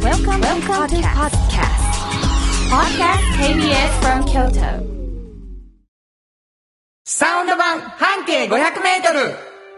Welcome to podcast KBS from Kyoto. サウンド版半径500メートル。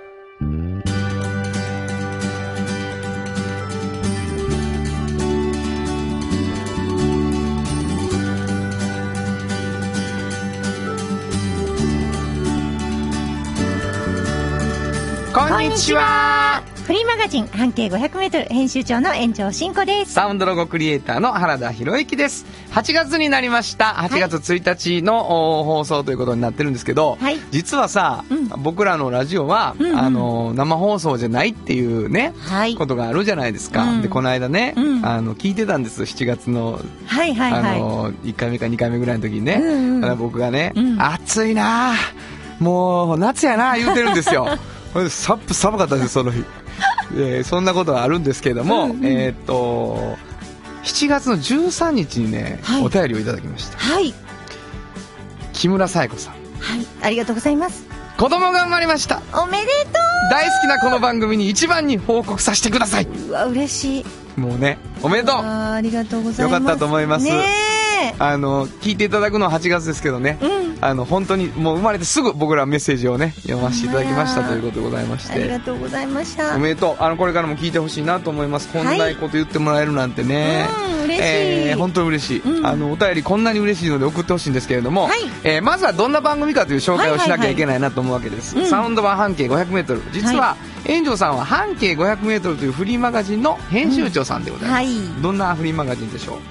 こんにちは。 フリーマガジン半径 500m 編集長の円城真子です。 サウンドロゴクリエイターの原田博之です。8月になりました。8月1日の放送ということになってるんですけど、はい、実はさ、僕らのラジオは、生放送じゃないっていうね、ことがあるじゃないですか。でこの間ね、聞いてたんです。7月の、1回目か2回目ぐらいの時にね、僕がね、暑いなもう夏やな言うてるんですよ。寒かったですその日。そんなことがあるんですけれども、7月の13日にね、お便りをいただきました。木村紗恵子さん。 ありがとうございます。 子供が生まれました。 おめでとう。 大好きなこの番組に一番に報告させてください。 うわ嬉しい。 もうね、おめでとう。 ありがとうございます。 よかったと思います。聞いていただくのは8月ですけどね、本当にもう生まれてすぐ僕らメッセージをね読ませていただきましたということでございまして、 ありがとうございました。 おめでとう。これからも聞いてほしいなと思います。こんなこと言ってもらえるなんてね、 嬉しい。 本当に嬉しい。お便りこんなに嬉しいので送ってほしいんですけれども、まずはどんな番組かという紹介をしなきゃいけないなと思うわけです。サウンド版半径 500m、 実は、円城さんは半径 500m というフリーマガジンの編集長さんでございます。どんなフリーマガジンでしょう。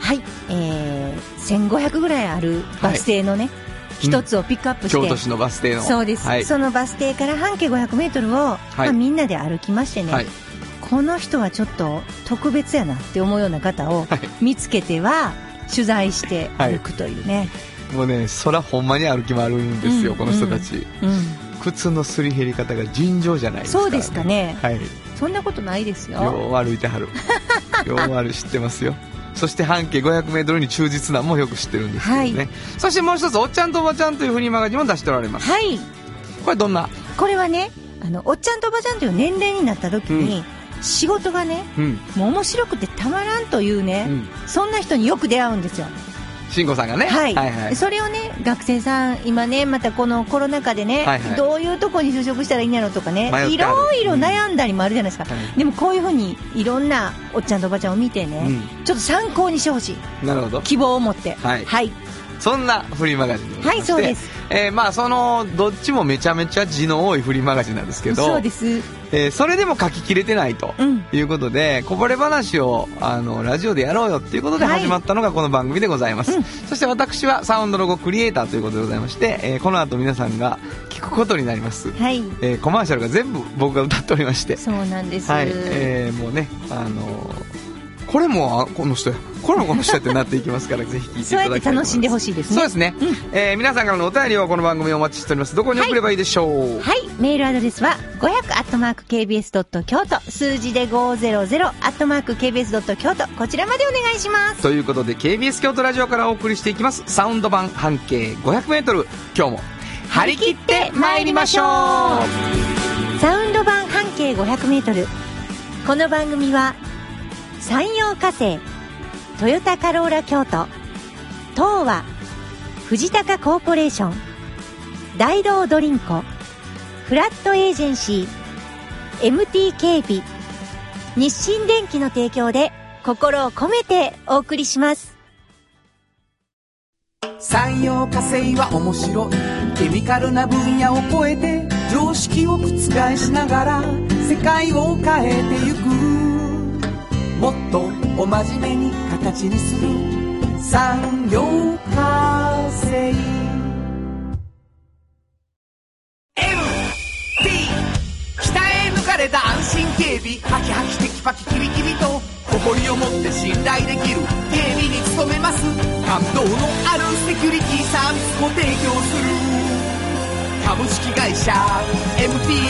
1500ぐらいあるバス停のね、一つをピックアップして、 京都市のバス停の、 そうです、そのバス停から半径 500m を、みんなで歩きましてね、この人はちょっと特別やなって思うような方を見つけては取材して歩くというね、 もうね、そらほんまに歩き回るんですよ、この人たち。靴のすり減り方が尋常じゃないですからね。そうですかね。そんなことないですよ。よう歩いてはる。よう歩知ってますよ。そして半径 500m に忠実なもよく知ってるんですけどね、そしてもう一つ、おっちゃんとおばちゃんというフリーマガジンも出しておられます。これどんな。 これはね、おっちゃんとおばちゃんという年齢になった時に、仕事がね、もう面白くてたまらんというね、そんな人によく出会うんですよ、 慎吾さんがね。 それをね、学生さん今ね、またこのコロナ禍でね、どういうとこに就職したらいいんやろとかね、いろいろ悩んだりもあるじゃないですか、でもこういうふうにいろんなおっちゃんとおばちゃんを見てね、ちょっと参考にしてほしい。 なるほど。 希望を持って。 そんなフリーマガジンでございまして、 そうです。 そのどっちもめちゃめちゃ字の多いフリーマガジンなんですけど、 そうです。 それでも書ききれてないということで、こぼれ話をラジオでやろうよっていうことで始まったのがこの番組でございます。そして私はサウンドロゴクリエイターということでございまして、この後皆さんが聞くことになります、コマーシャルが全部僕が歌っておりまして、 そうなんです。 もうね、これもこの人や、これもこの人やってなっていきますからぜひ聞いていただきたいと思います。 そうやって楽しんでほしいですね。 そうですね、皆さんからのお便りをこの番組お待ちしております。どこに送ればいいでしょう。 メールアドレスは 500@kbs.kyoto、 数字で 500@kbs.kyoto、 こちらまでお願いします。 ということで KBS 京都ラジオからお送りしていきますサウンド版半径 500m、 今日も張り切ってまいりましょう。 サウンド版半径 500m、 この番組は山陽火星、トヨタカローラ京都、東和、藤高コーポレーション、大道ドリンコ、フラットエージェンシー、MT 警備、日清電機の提供で心を込めてお送りします。 山陽火星は面白いケミカルな分野を超えて常識を覆しながら世界を変えてゆく、もっとお真面目に形にする産業化成 MT 鍛え抜かれた安心警備、ハキハキテキパキキビキビと誇りを持って信頼できる警備に努めます。感動のあるセキュリティサービスも提供する株式会社 MT。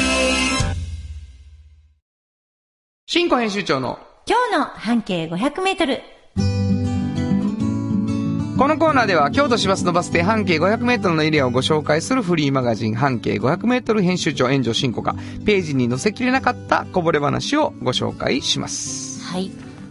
新庫編集長の今日の半径 500m。 このコーナーでは京都市バスのバス停半径 500m のエリアをご紹介するフリーマガジン半径 500m 編集長円城真子がページに載せきれなかったこぼれ話をご紹介します。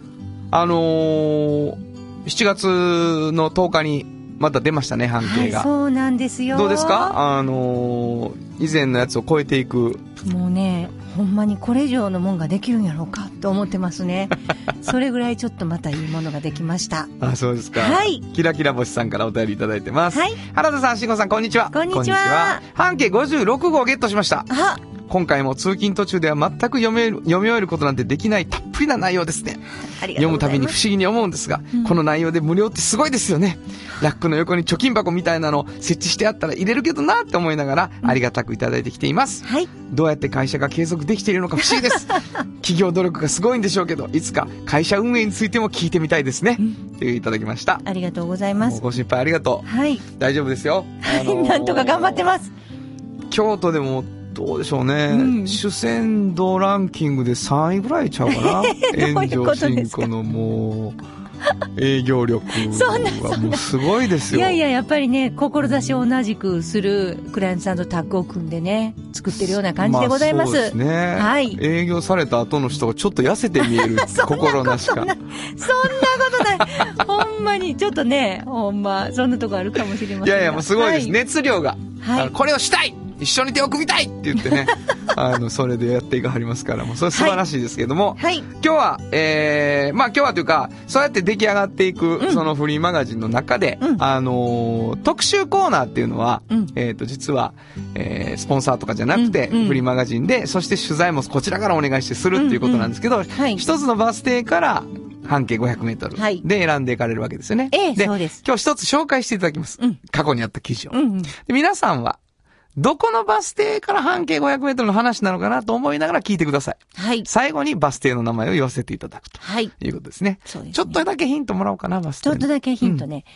7月の10日にまた出ましたね、半径が。 はい、そうなんですよ。 どうですか？以前のやつを超えていく。 もうね、ほんまにこれ以上のもんができるんやろうかと思ってますね。それぐらいちょっとまたいいものができました。 あ、そうですか。 はい。 キラキラ星さんからお便りいただいてます。 はい。 原田さん、慎吾さん、こんにちは。 こんにちは。 半径56号をゲットしました。 あ、 今回も通勤途中では全く読み終えることなんてできないたっぷりな内容ですね。読むたびに不思議に思うんですが、この内容で無料ってすごいですよね。ラックの横に貯金箱みたいなの設置してあったら入れるけどなって思いながら、ありがたくいただいてきています。はい。どうやって会社が継続できているのか不思議です。企業努力がすごいんでしょうけど、いつか会社運営についても聞いてみたいですね。といういただきました。 ありがとうございます。 ご心配ありがとう。はい。大丈夫ですよ。 なんとか頑張ってます。 京都でもどうでしょうね、主戦度ランキングで3位ぐらいちゃうかな。炎上進行のもう営業力はもうすごいですよ。 いやいや、やっぱりね、志を同じくするクライアントさんとタッグを組んでね、作ってるような感じでございます。 そうですね。はい。営業された後の人がちょっと痩せて見える心なしか。そんなことない。ほんまに、ちょっとね、ほんま、そんなとこあるかもしれませんが。 いやいや、もうすごいです。はい、熱量が。 はい。 これをしたい一緒に手を組みたいって言ってね、それでやっていかはりますから、もうそれ素晴らしいですけども、はい、今日は、まあ今日はというか、そうやって出来上がっていく、そのフリーマガジンの中で、特集コーナーっていうのは、実は、スポンサーとかじゃなくて、フリーマガジンで、そして取材もこちらからお願いしてするっていうことなんですけど、一つのバス停から、半径500メートルで選んでいかれるわけですよね。で、そうです。今日一つ紹介していただきます。過去にあった記事を。で皆さんは、どこのバス停から半径500メートルの話なのかなと思いながら聞いてください。はい。最後にバス停の名前を言わせていただくと。はい。いうことですね。そうですね。ちょっとだけヒントもらおうかな、バス停。 ちょっとだけヒントね。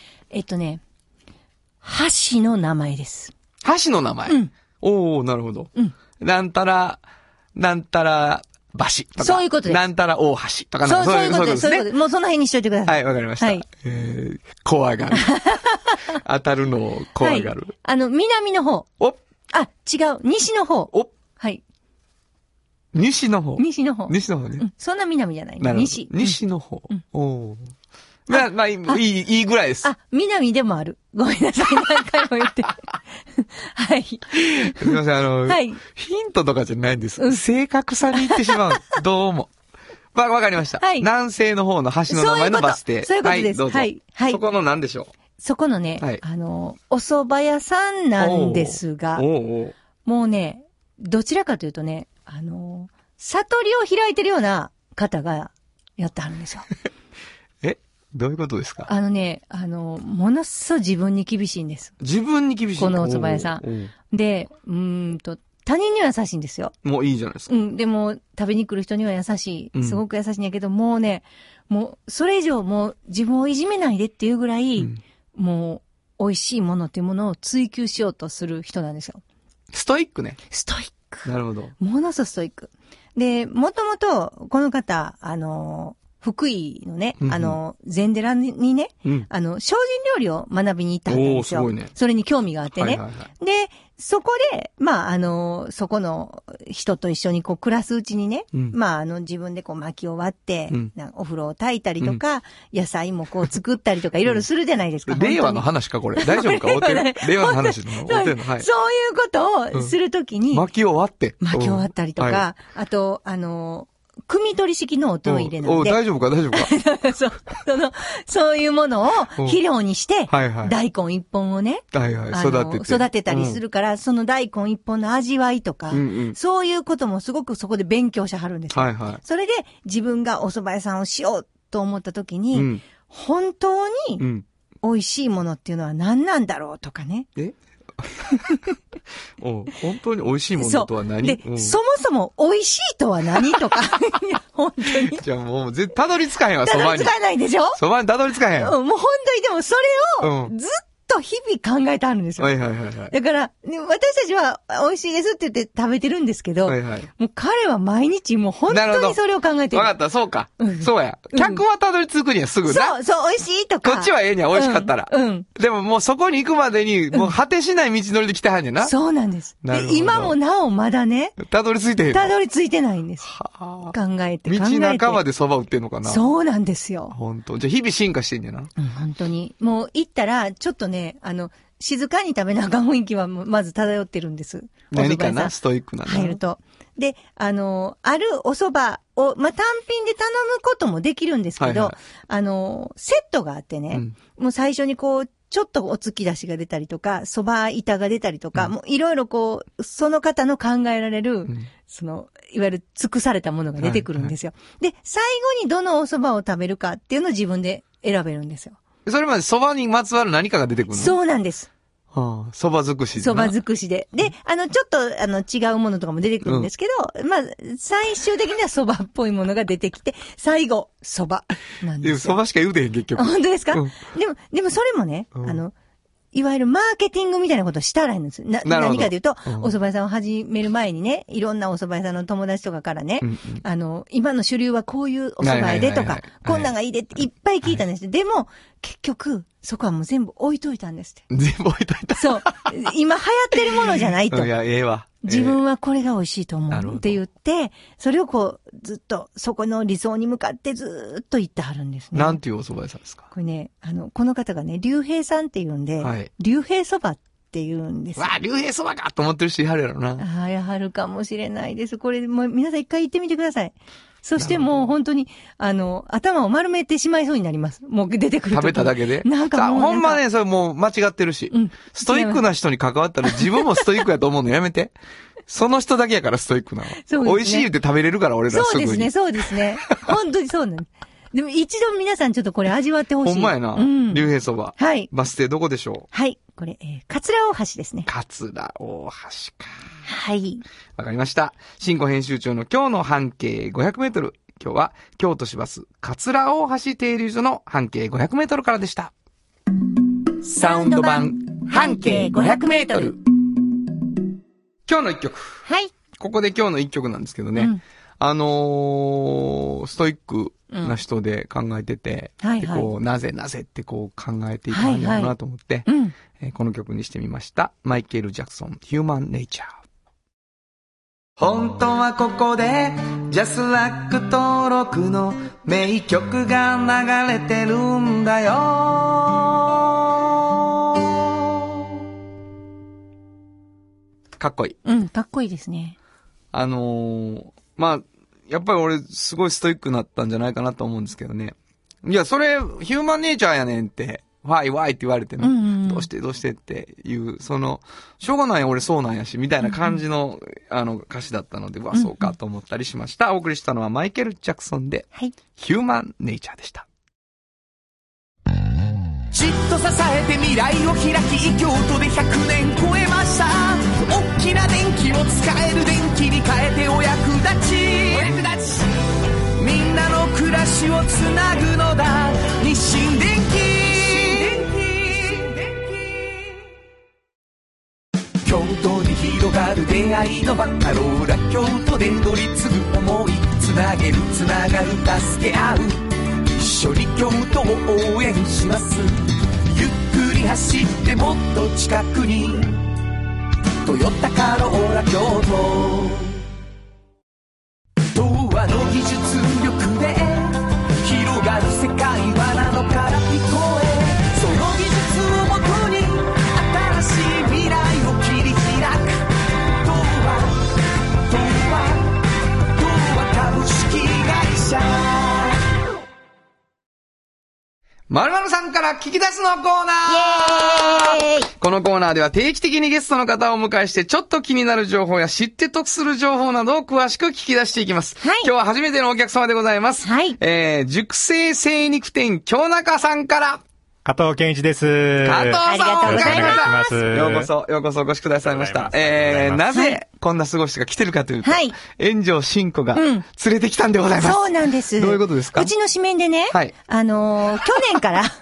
橋の名前です。 橋の名前。おー、なるほど。なんたら橋とか。 そういうことです。 なんたら大橋とかなんかそういうことですね。もうその辺にしといてください。 はい、わかりました。はい。怖がる。当たるのを怖がる。 南の方。 おあ、違う。西の方。 おはい。 西の方。 西の方。 西の方ね。 そんな南じゃない。 西。西の方。おー。まあ、いいぐらいです。 あ、南でもある。ごめんなさい。何回も言って。はい。 すみません、はい。ヒントとかじゃないんです。正確さに言ってしまう。どうも。わかりました。はい。南西の方の橋の名前のバス停。 そういうことです。 どうぞ。はい。そこの何でしょう？ そこのね、お蕎麦屋さんなんですが、もうね、どちらかというとね、悟りを開いてるような方がやってはるんですよ。 どういうことですか？ ものすごい自分に厳しいんです。 自分に厳しい？ このお蕎麦屋さん。で、他人には優しいんですよ。 もういいじゃないですか。 でも、食べに来る人には優しい。すごく優しいんやけど、もうね、もう、それ以上もう自分をいじめないでっていうぐらい、もう、美味しいものっていうものを追求しようとする人なんですよ。 ストイックね。 ストイック。 なるほど。 ものすごいストイック。で、もともと、この方、福井のね、禅寺にね、精進料理を学びに行ったんですよ。すごいね。それに興味があってね。で、そこで、そこの人と一緒にこう暮らすうちにね、自分でこう薪を割って、お風呂を炊いたりとか、野菜もこう作ったりとかいろいろするじゃないですか。 令和の話かこれ。大丈夫か令和の話の。 そういうことをするときに、 薪を割って。 薪を割ったりとか、あと、汲み取り式のおトイレなんで。 大丈夫かそういうものを肥料にして、大根一本をね、育てたりするから、その大根一本の味わいとか、そういうこともすごくそこで勉強しはるんですよ。それで自分がお蕎麦屋さんをしようと思った時に、本当に美味しいものっていうのは何なんだろうとかね。 本当に美味しいものとは何？ で、そもそも美味しいとは何とか。いや、本当に。 じゃあもうたどり着かへんわ、そばに。 たどり着かないでしょ？ そばにたどり着かへん。 もう本当にでもそれをずっと日々考えてあるんですよ。 はいはいはいはい。 だから、私たちは美味しいですって言って食べてるんですけど、はいはい、もう彼は毎日もう本当にそれを考えてる。 わかった、そうか。そうや。客はたどり着くにはすぐな。 そう、美味しいとか。 こっちはええには美味しかったら。でももうそこに行くまでに、もう果てしない道のりで来てはんねんな。 そうなんです。今もなおまだね。 たどり着いてへんの。 たどり着いてないんです。考えて。 道半ばで蕎麦売ってんのかな。 そうなんですよ。 本当。じゃあ日々進化してんねんな。 本当に。もう行ったら、ちょっとね、静かに食べなあかん雰囲気はまず漂ってるんです。 何かなストイックなの入ると。で、あるお蕎麦を、単品で頼むこともできるんですけど、はいはい、セットがあってね、もう最初にこう、ちょっとお突き出しが出たりとか、蕎麦板が出たりとか、もういろいろこう、その方の考えられる、いわゆる尽くされたものが出てくるんですよ。はいはい、で、最後にどのお蕎麦を食べるかっていうのを自分で選べるんですよ。 それまで蕎麦にまつわる何かが出てくるの？ そうなんです。 はあ、蕎麦尽くしで。 蕎麦尽くしで。で、ちょっと違うものとかも出てくるんですけど、最終的には蕎麦っぽいものが出てきて、最後、蕎麦なんですよ。 蕎麦しか言うてへん、結局。 本当ですか？でもそれもね、いわゆるマーケティングみたいなことをしたらいいんです。何かというと、お蕎麦屋さんを始める前にね、いろんなお蕎麦屋さんの友達とかからね、今の主流はこういうお蕎麦屋でとか、こんなんがいいでっていっぱい聞いたんです。でも、結局、そこはもう全部置いといたんですって。 全部置いといた。 そう。今流行ってるものじゃないと。 いや、ええわ。 自分はこれが美味しいと思うって言って、それをこう、ずっと、そこの理想に向かってずっと行ってはるんですね。 なんていうお蕎麦屋さんですか？ これね、この方がね、竜兵さんって言うんで、はい、竜兵蕎麦って言うんですよ。 わあ、竜兵蕎麦かと思ってる人いはるやろな。 ああ、やはるかもしれないです。これ、もう皆さん一回行ってみてください。そしてもう本当に、頭を丸めてしまいそうになります。もう出てくると。 食べただけで。 なんかもうほんまね、それもう間違ってるし。ストイックな人に関わったら自分もストイックやと思うのやめて。その人だけやからストイックなの。そうですね。美味しい言って食べれるから俺らすぐに。 そうですね、そうですね。本当にそうなんです。でも一度皆さんちょっとこれ味わってほしい。 ほんまやな。竜兵蕎麦。はい。バス停どこでしょう？ はい。これ、桂大橋ですね。 桂大橋か。 はい。 わかりました。新語編集長の今日の半径500メートル。今日は京都市バス桂大橋停留所の半径500メートルからでした。サウンド版半径500メートル。今日の一曲。 はい。 ここで今日の一曲なんですけどね。ストイックな人で考えてて、でこうなぜってこう考えていたんだろうなと思って、この曲にしてみました。マイケル・ジャクソン、ヒューマン・ネイチャー。本当はここでジャスラック登録の名曲が流れてるんだよ。かっこいい。 かっこいいですね。 やっぱり俺すごいストイックになったんじゃないかなと思うんですけどね。いや、それヒューマンネイチャーやねんって、ワイって言われてね、どうしてっていう、しょうがない俺そうなんやし、みたいな感じの、歌詞だったので、そうかと思ったりしました。お送りしたのはマイケル・ジャクソンで、ヒューマンネイチャーでした。 じっと支えて未来を開き、京都で100年超えました。大きな電気を使える電気に変えてお役立ち、みんなの暮らしをつなぐのだ、日清電気。京都に広がる出会いのバカローラ京都で乗り継ぐ想い、つなげるつながる助け合う、一緒に京都を応援します。ゆっくり走ってもっと近くに、トヨタカローラ京都。童話の技術力で広がる世界はなのから聞こえ、その技術をもとに新しい未来を切り開く。童話株式会社。 〇〇さんから聞き出すのコーナー。 イエーイ。 このコーナーでは定期的にゲストの方をお迎えしてちょっと気になる情報や知って得する情報などを詳しく聞き出していきます。はい、今日は初めてのお客様でございます。 はい。 熟成精肉店京中さんから。 加藤健一です。 加藤さん、 ありがとうございます。 ようこそお越しくださいました。なぜこんな過ごしが来てるかというと、炎上真子が連れてきたんでございます。 そうなんです。 どういうことですか？ うちの紙面でね、去年から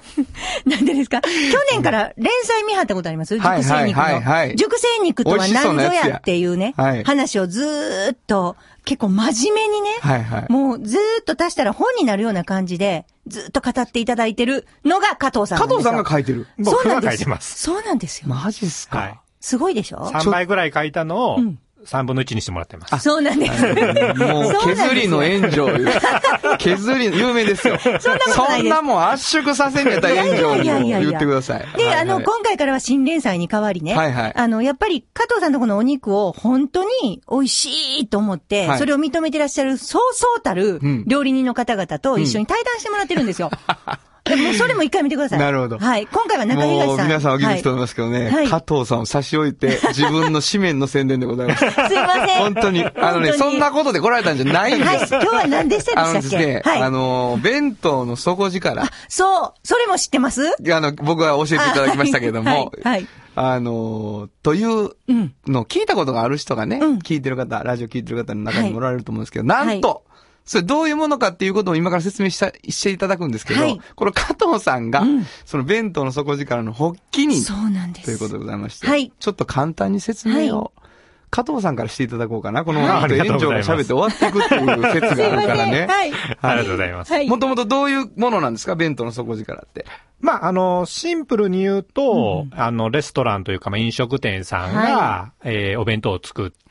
なんでですか？去年から連載見張ったことあります？熟成肉の。熟成肉とは何ぞやっていうね、話をずーっと、結構真面目にね、もうずーっと足したら本になるような感じで、ずーっと語っていただいてるのが加藤さんなんですよ。 加藤さんが書いてる。 僕が書いてます。 そうなんですよ。 マジっすか？はい。 すごいでしょ ？3倍ぐらい書いたのを、3分の1にしてもらってます。 そうなんです。 もう、削りの援助。削り、有名ですよ。そんなことないです。そんなもん圧縮させんやったら援助を言ってください。 で、今回からは新連載に代わりね。やっぱり加藤さんのこのお肉を本当に美味しいと思って、それを認めてらっしゃるそうそうたる料理人の方々と一緒に対談してもらってるんですよ。もうそれも一回見てください。 なるほど。 はい。今回は中東さん。 皆さんお気づきと思いますけどね、加藤さんを差し置いて、自分の紙面の宣伝でございます。すいません。 本当に。そんなことで来られたんじゃないんです。はい。 今日は何でしたっけ？ 弁当の底力。 そう。それも知ってます？ 僕は教えていただきましたけども。はい。というのを聞いたことがある人がね、聞いてる方、ラジオ聞いてる方の中にもおられると思うんですけど、なんと、それどういうものかっていうことを今から説明していただくんですけど、この加藤さんが、その弁当の底力の発起人そうなんです。 ということでございまして、ちょっと簡単に説明を、加藤さんからしていただこうかな。この炎上が喋って終わっていくっていう説があるからね。 ありがとうございます。 もともとどういうものなんですか、弁当の底力って。 シンプルに言うと、レストランというか、飲食店さんが、お弁当を作って、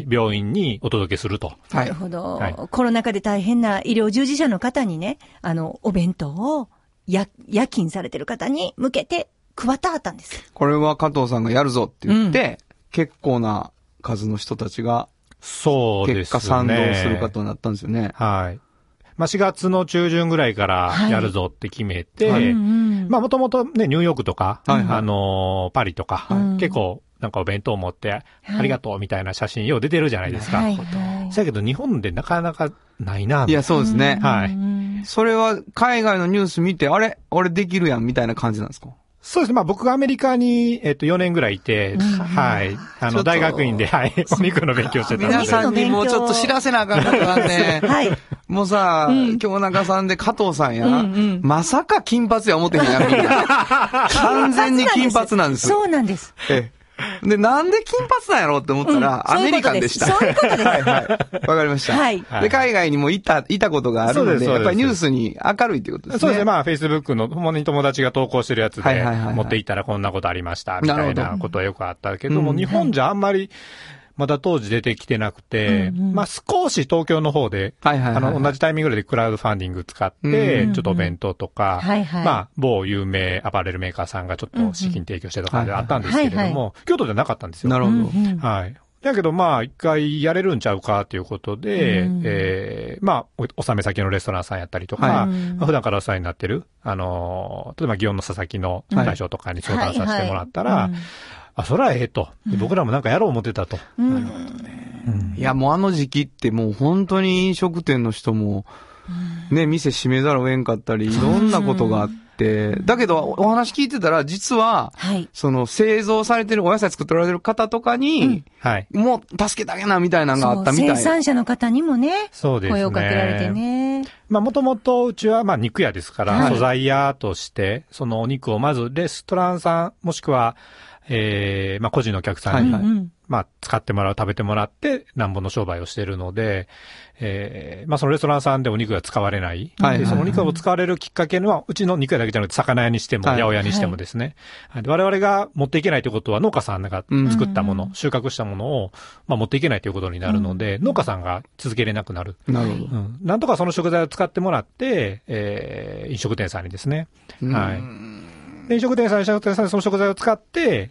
病院にお届けすると。 なるほど。コロナ禍で大変な医療従事者の方にね、お弁当を夜勤されてる方に向けて配ってはったんです。 これは加藤さんがやるぞって言って、結構な数の人たちが、 そうですね。 結果賛同することになったんですよね。 はい。4月の中旬ぐらいからやるぞって決めて、もともとね、ニューヨークとか、パリとか、結構なんかお弁当を持って、ありがとうみたいな写真よう出てるじゃないですか。だけど日本でなかなかないな。 いや、そうですね。 はい。 それは海外のニュース見て、あれ俺できるやんみたいな感じなんですか？ そうですね。僕がアメリカに、4年ぐらいいて、はい。大学院で、はい。お肉の勉強してたんで。 皆さんにもうちょっと知らせなあかんことがあって、はい。もうさ、京中さんで加藤さんや、まさか金髪や思ってへんやん、みんな。完全に金髪なんです。 そうなんです。 で、なんで金髪なんやろうって思ったら、アメリカンでした。 そういうことです。はいはい。わかりました。はい。で、海外にもいたことがあるので、やっぱりニュースに明るいっていうことですね。 そうですね。Facebook の、ほんまに友達が投稿してるやつで、持っていったらこんなことありました、みたいなことはよくあったけども、日本じゃあんまり、まだ当時出てきてなくて、少し東京の方で、同じタイミングでクラウドファンディング使って、ちょっとお弁当とか、某有名アパレルメーカーさんがちょっと資金提供してとかであったんですけれども、京都じゃなかったんですよ。 なるほど。 はい。だけど一回やれるんちゃうかということで、お納め先のレストランさんやったりとか、普段からお世話になってる、例えば祇園の佐々木の大将とかに相談させてもらったら、それはええと。僕らもなんかやろう思ってたと。なるほどね。いや、もうあの時期ってもう本当に飲食店の人も、ね、店閉めざるを得んかったり、いろんなことがあって、だけどお話聞いてたら、実は、その製造されてる、お野菜作っておられる方とかに、もう助けてあげなみたいなのがあったみたいな。 生産者の方にもね、 そうですね。 声をかけられてね。 もともとうちは肉屋ですから、素材屋として、そのお肉をまずレストランさん、もしくは、個人のお客さんに、使ってもらう、食べてもらって、なんぼの商売をしているので、そのレストランさんでお肉が使われない。で、そのお肉を使われるきっかけは、うちの肉屋だけじゃなくて、魚屋にしても、八百屋にしてもですね。我々が持っていけないということは、農家さんが作ったもの、収穫したものを、持っていけないということになるので、農家さんが続けれなくなる。 なるほど。 なんとかその食材を使ってもらって、飲食店さんにですね。はい。飲食店さんその食材を使って、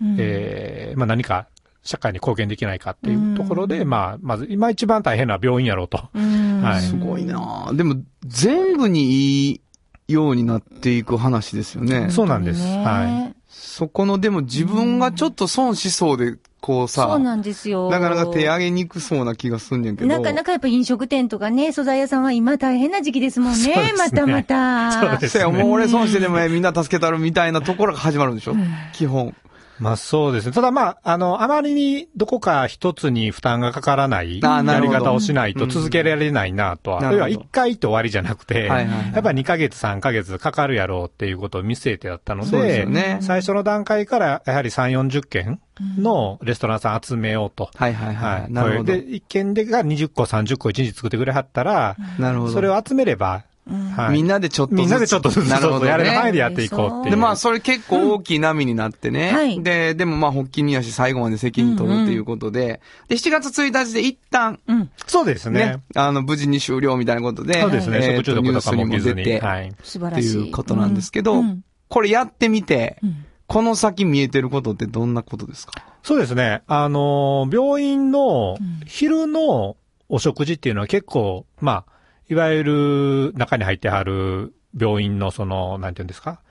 何か社会に貢献できないかっていうところで、まず今一番大変なのは病院やろうと。 すごいな。でも全部にいいようになっていく話ですよね。 そうなんです。はい。 そこのでも自分がちょっと損しそうで、 そうなんですよ。 なかなか手上げにくそうな気がすんねんけど。 なかなかやっぱ飲食店とかね、素材屋さんは今大変な時期ですもんね。また。 そうですね。もう俺損してでもみんな助けたるみたいなところが始まるんでしょ、基本。 まあそうですね。ただまあ、あまりにどこか一つに負担がかからないやり方をしないと続けられないなとは。要は1回って終わりじゃなくて、やっぱり2ヶ月3ヶ月かかるやろうっていうことを見据えてだったので、最初の段階からやはり3、40件のレストランさん集めようと。 はいはいはい。なるほど。 で、1件でが20個、30個1日作ってくれはったら、なるほど。それを集めれば、 はい、みんなでちょっとずつ。 みんなでちょっとずつ。なるほど、ね。やれる範囲でやっていこうっていう。 で、まあ、それ結構大きい波になってね。はい、でもまあ、発起人やし最後まで責任取るっていうことで、で、7月1日で一旦、 そうですね。 無事に終了みたいなことで、 そうですね。食中毒とかも出て、 はい。素晴らしい。っていうことなんですけど、これやってみて、この先見えてることってどんなことですか？ そうですね。病院の昼のお食事っていうのは結構、まあ、いわゆる中に入ってはる病院のなんていうんですか、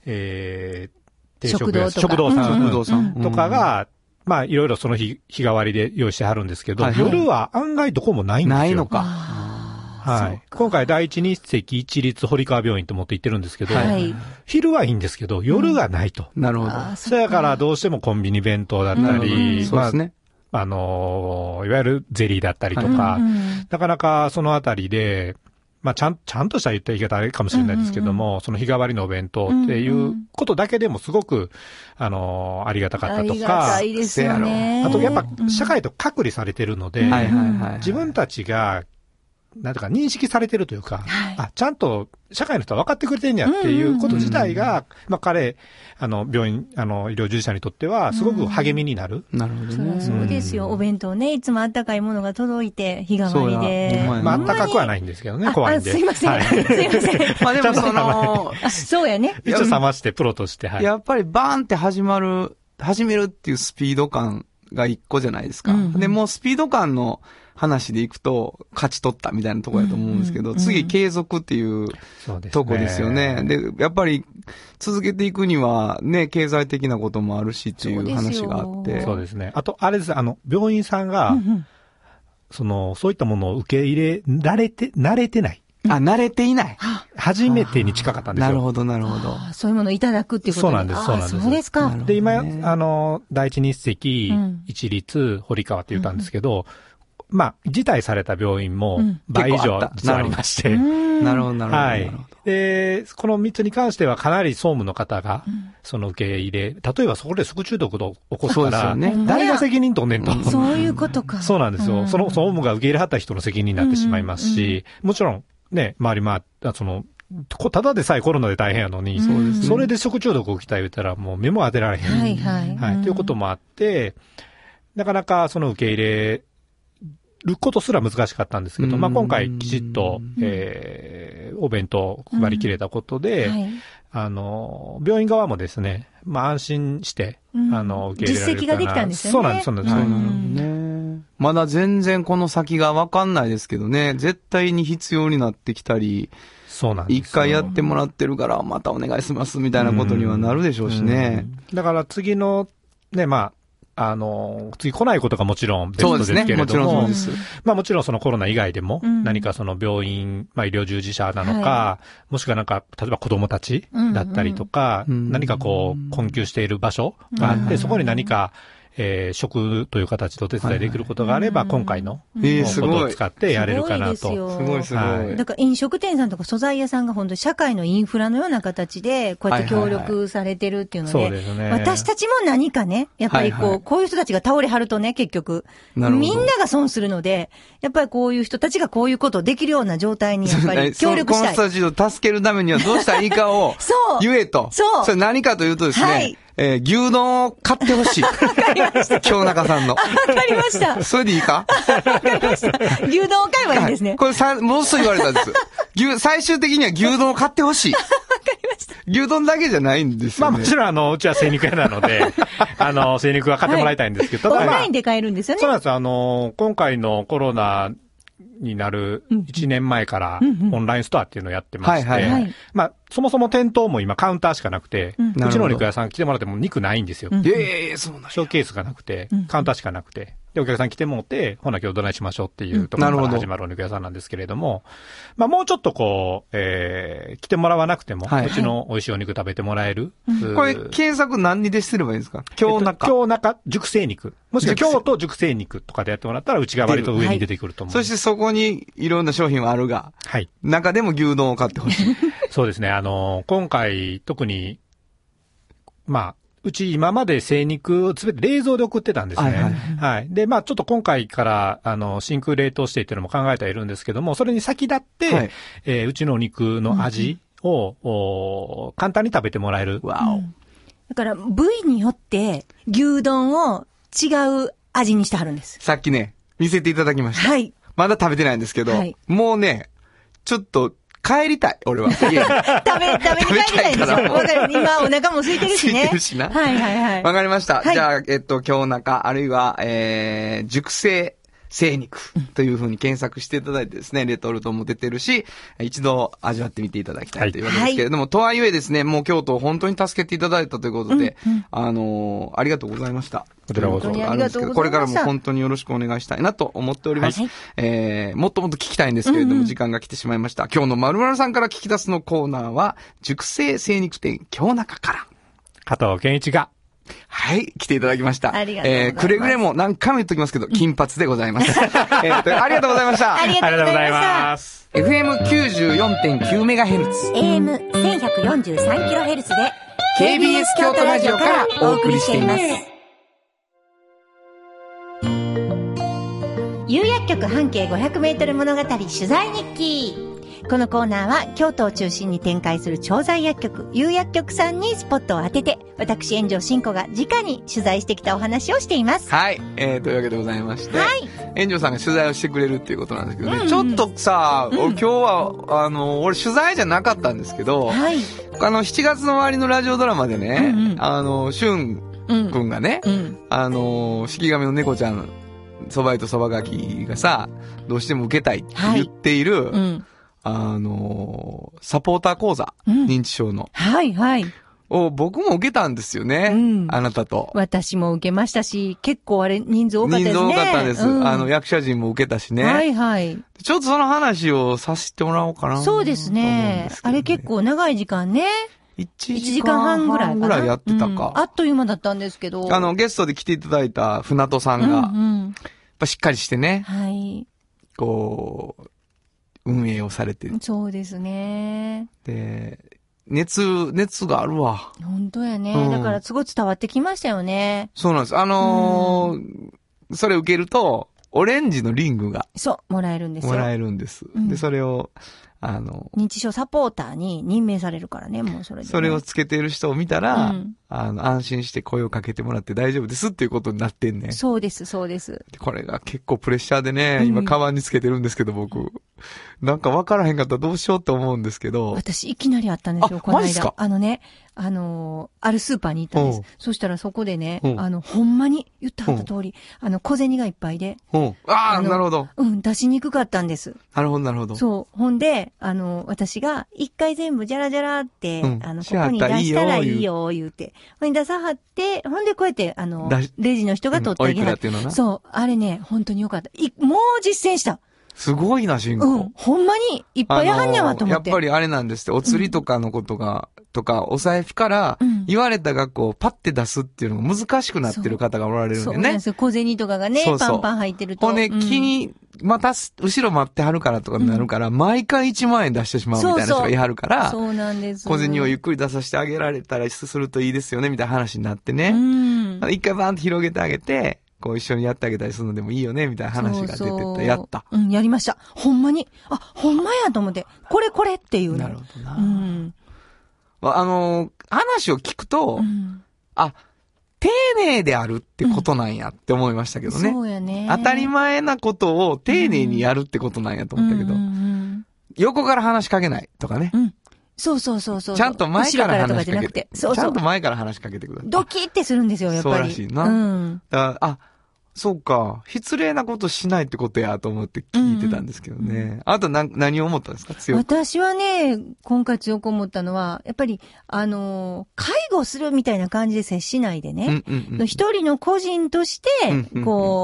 食堂さんとかが、まあいろいろその日替わりで用意してはるんですけど、夜は案外どこもないんですよ。 ないのか。 はい。今回第一日赤一律堀川病院と持って行ってるんですけど、昼はいいんですけど、夜がないと。 なるほど。 そやからどうしてもコンビニ弁当だったり、 そうですね。 いわゆるゼリーだったりとか、なかなかそのあたりで、まあちゃんとした言った言い方あれかもしれないですけども、その日替わりのお弁当っていうことだけでもすごく、ありがたかったとか、ありがたいですよね。 あとやっぱ社会と隔離されてるので、自分たちが、なんとか認識されてるというか、ちゃんと社会の人は分かってくれてんやっていうこと自体が、まあ彼、病院、医療従事者にとっては、すごく励みになる。 なるほどね。 そうですよ。お弁当ね、いつもあったかいものが届いて、日替わりで。 まあ、あったかくはないんですけどね、怖いんで。 すいません。すいません。 まあでもそうやね。 一応冷まして、プロとして、 やっぱりバーンって始めるっていうスピード感が一個じゃないですか。で、もうスピード感の話でいくと勝ち取ったみたいなところだと思うんですけど、次継続っていうとこですよね。で、やっぱり続けていくにはね、経済的なこともあるしっていう話があって。 そうですね。あと、あれです、病院さんが、そういったものを受け入れ慣れてない。 慣れていない。 初めてに近かったんですよ。 なるほど、なるほど。 そういうものをいただくっていうことそうなんです、そうなんです。 そうですか。 で、今、第一日赤、一律、堀川って言ったんですけど、まあ、辞退された病院も倍以上実はありまして。 なるほど、なるほど。 はい。で、この3つに関してはかなり総務の方が、その受け入れ、例えばそこで食中毒を起こすから、誰が責任取んねんと。 そういうことか。 そうなんですよ。その総務が受け入れはった人の責任になってしまいますし、もちろん、ね、ただでさえコロナで大変やのに、それで食中毒起きた言ったらもう目も当てられへん。はいはい。はい。ということもあって、なかなかその受け入れることすら難しかったんですけど、まあ今回きちっと、お弁当を配り切れたことで、病院側もですね、まあ安心して、受け入れられるかな。 実績ができたんですよね。 そうなんです、そうなんです。 ね。まだ全然この先がわかんないですけどね、絶対に必要になってきたり、 そうなんです。 一回やってもらってるからまたお願いしますみたいなことにはなるでしょうしね。 だから次の、ね、まあ、次来ないことがもちろんベストですけれども、もちろんそうです。まあもちろんそのコロナ以外でも、何かその病院、まあ医療従事者なのか、もしくはなんか、例えば子供たちだったりとか、何かこう、困窮している場所があって、そこに何か、食という形でお手伝いできることがあれば、今回のことを使ってやれるかなと。すごいすごい。 だから飲食店さんとか素材屋さんが本当に社会のインフラのような形で、こうやって協力されてるっていうので、私たちも何かね、やっぱりこういう人たちが倒れはるとね、結局、みんなが損するので、やっぱりこういう人たちがこういうことをできるような状態にやっぱり協力したい。 この人たちを助けるためにはどうしたらいいかを言えと。そう。それ何かというとですね、牛丼を買ってほしい。わかりました。京中さんの。わかりました。それでいいか？ わかりました。牛丼を買えばいいんですね。 これもうすぐ言われたんです。最終的には牛丼を買ってほしい。わかりました。牛丼だけじゃないんですよね。 まあもちろんうちは精肉屋なので、精肉は買ってもらいたいんですけど。 オンラインで買えるんですよね。 そうなんです。今回のコロナになる1年前からオンラインストアっていうのをやってまして、まあ、そもそも店頭も今カウンターしかなくて、うちの肉屋さん来てもらっても肉ないんですよ。 そうなんだ。 ショーケースがなくて、カウンターしかなくて。 で、お客さん来てもうて、ほな今日どないしましょうっていうところから始まるお肉屋さんなんですけれども、まあもうちょっとこう、来てもらわなくても、うちの美味しいお肉食べてもらえる。 これ、検索何にですればいいんですか？京中。 京中熟成肉。もしくは京都熟成肉とかでやってもらったら、うちが割と上に出てくると思う。 そしてそこにいろんな商品はあるが、 はい。 中でも牛丼を買ってほしい。 そうですね。今回、特に、まあ、うち今まで精肉をすべて冷蔵で送ってたんですね。はい、はい。はい。で、まあちょっと今回から、真空冷凍してっていうのも考えてはいるんですけども、それに先立って、はい、うちのお肉の味を、簡単に食べてもらえる。 わお。だから部位によって牛丼を違う味にしてはるんです。 さっきね、見せていただきました。はい。まだ食べてないんですけど、はい、もうね、ちょっと、帰りたい、俺は。食べに帰りたいんですよ。わかる。今お腹も空いてるしね。 空いてるしな。 はいはいはい。 わかりました。はい、じゃあ、京中、あるいは、熟成精肉という風に検索していただいてですね、レトルトも出てるし、一度味わってみていただきたいというわけですけれども、はい、とはいえですね、もう京都を本当に助けていただいたということで、ありがとうございました。 こちらこそ。 ありがとうございました。 これからも本当によろしくお願いしたいなと思っております。はい、もっともっと聞きたいんですけれども、時間が来てしまいました。今日の〇〇さんから聞き出すのコーナーは、熟成精肉店京中から。 加藤健一が。 はい、来ていただきました。 ありがとうございます。 くれぐれも何回も言っときますけど、金髪でございます。ありがとうございました。 ありがとうございます。 FM94.9MHz。 AM1143kHz で、 KBS 京都ラジオからお送りしています。 有薬局半径500メートル物語取材日記。このコーナーは京都を中心に展開する調剤薬局、有薬局さんにスポットを当てて、私、炎上真子が直に取材してきたお話をしています。 はい。というわけでございまして、はい、炎上さんが取材をしてくれるっていうことなんですけどね、ちょっとさ、今日は、俺取材じゃなかったんですけど、はい、7月の終わりのラジオドラマでね、しゅんくんがね、式神の猫ちゃん、蕎麦湯と蕎麦柿がさ、どうしても受けたいって言っている、サポーター講座、認知症の。 はいはい。 を僕も受けたんですよね。あなたと。 私も受けましたし、結構あれ人数多かったですね。 人数多かったんです。役者陣も受けたしね。 はいはい。 ちょっとその話をさせてもらおうかな。 そうですね。あれ結構長い時間ね。 1時間半ぐらいやってたか。 あっという間だったんですけど。 ゲストで来ていただいた船戸さんが、やっぱしっかりしてね。はい。こう、運営をされて。 そうですね。 で、熱があるわ。 本当やね。だからすごい伝わってきましたよね。 そうなんです。それ受けると、オレンジのリングが。 そう、もらえるんですよ。 もらえるんです。で、それを、 認知症サポーターに任命されるからね、もうそれで、ね。 それをつけている人を見たら、安心して声をかけてもらって大丈夫ですっていうことになってんね。 そうです、そうです。 これが結構プレッシャーでね、今カバンにつけてるんですけど、僕。なんか分からへんかったらどうしようって思うんですけど。 私、いきなりあったんですよ、この間。マジですか？あるスーパーに行ったんです。そしたらそこでね、ほんまに言ってはった通り、小銭がいっぱいで。 なるほど。 出しにくかったんです。 なるほど、なるほど。 そう。ほんで、私が一回全部ジャラジャラって、ここに出したらいいよ、言うて。ほんで出さはって、ほんでこうやって、レジの人が取ってあげる。そう。あれね、本当によかった。もう実践した。 すごいな、進行。 ほんまにいっぱいやはんやわと思って。 やっぱりあれなんですって、お釣りとかのことが、とか、お財布から言われた額をパッて出すっていうのが難しくなってる方がおられるんでね。 そうなんですよ。小銭とかがね、パンパン入ってると。 ほんで、後ろ待ってはるからとかになるから、毎回1万円出してしまうみたいな人がいはるから、 そうなんです。 小銭をゆっくり出させてあげられたりするといいですよね、みたいな話になってね。一回バーンって広げてあげて、こう一緒にやってあげたりするのでもいいよね、みたいな話が出てた。やった。 やりました。ほんまに。ほんまやと思って。これっていうね。 なるほどな。話を聞くと、丁寧であるってことなんやって思いましたけどね。 そうやね。 当たり前なことを丁寧にやるってことなんやと思ったけど、横から話しかけないとかね。 そう。ちゃんと前から話しかけて。 ちゃんと前から話しかけてください。 ドキってするんですよ、やっぱり。 そうらしいな。だからそうか。失礼なことしないってことやと思って聞いてたんですけどね。あと何を思ったんですか？強く。 私はね、今回強く思ったのは、やっぱり、介護するみたいな感じで接しないでね。一人の個人として、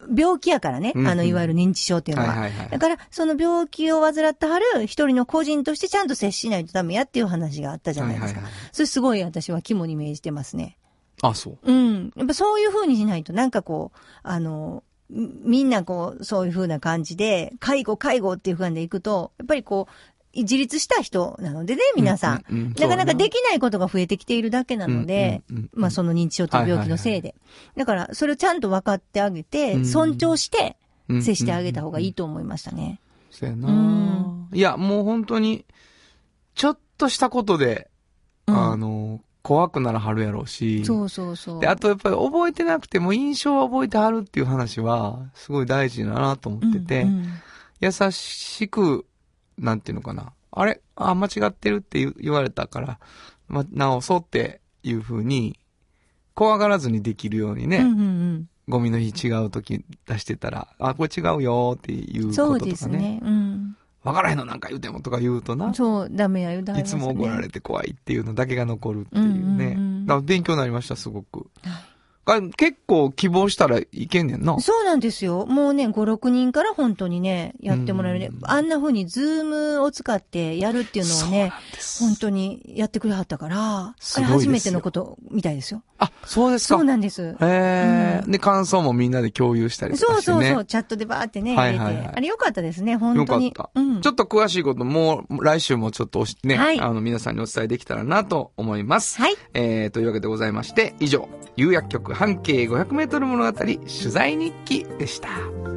病気やからね、いわゆる認知症っていうのは。だから、その病気を患ってはる一人の個人としてちゃんと接しないとダメやっていう話があったじゃないですか。それすごい私は肝に銘じてますね。 あ、そう。 うん。やっぱそういう風にしないと、なんかこう、みんなこう、そういう風な感じで、介護っていう風でいくと、やっぱりこう、自立した人なのでね、皆さん。なかなかできないことが増えてきているだけなので、まあその認知症という病気のせいで。だから、それをちゃんと分かってあげて、尊重して接してあげた方がいいと思いましたね。 そうやな。いや、もう本当に、ちょっとしたことで、怖くならはるやろうし。 そうそうそう。 で、あとやっぱり覚えてなくても印象は覚えてはるっていう話は、すごい大事だなと思ってて、優しく、なんていうのかな。間違ってるって言われたから、直そうっていう風に、怖がらずにできるようにね、ゴミの日違う時出してたら、これ違うよっていうこととかね。そうですね。わからへんのなんか言うてもとか言うとな。 そう、ダメや言う、 いつも怒られて怖いっていうのだけが残るっていうね。だから勉強になりました、すごく。結構希望したらいけんねんな。 そうなんですよ。もうね、5、6人から本当にね、やってもらえるね。あんな風にズームを使ってやるっていうのをね、本当にやってくれはったから、あれ初めてのことみたいですよ。 あ、そうですか。 そうなんです。 で、感想もみんなで共有したりとかしてね。 そう、チャットでバーってね、入れて。あれよかったですね、本当に。 よかった。ちょっと詳しいことも、来週もちょっとね、皆さんにお伝えできたらなと思います。 はい。 というわけでございまして、以上、有薬局半径500メートル物語取材日記でした。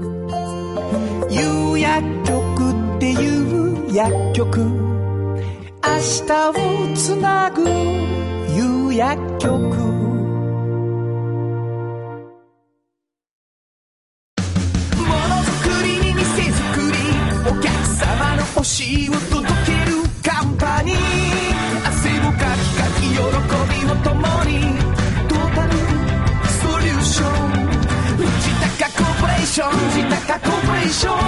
有薬局っていう薬局、明日をつなぐ有薬局。ものづくりに店づくり、お客様の欲しいを届けるカンパニー、汗をかきかき喜びを共にトータルソリューション、藤高コーポレーション、藤高コーポレーション。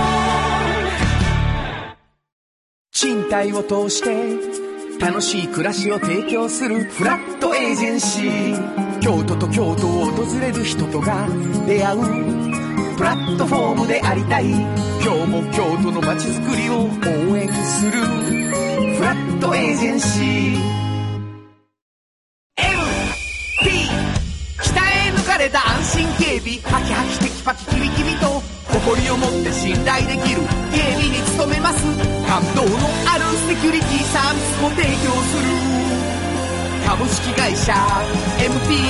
賃貸を通して楽しい暮らしを提供するフラットエージェンシー、京都と京都を訪れる人とが出会うプラットフォームでありたい。今日も京都の街づくりを応援するフラットエージェンシー。安心警備、ハキハキテキパキキビキビと誇りを持って信頼できる警備に努めます。感動のあるセキュリティサービスを提供する株式会社 MT。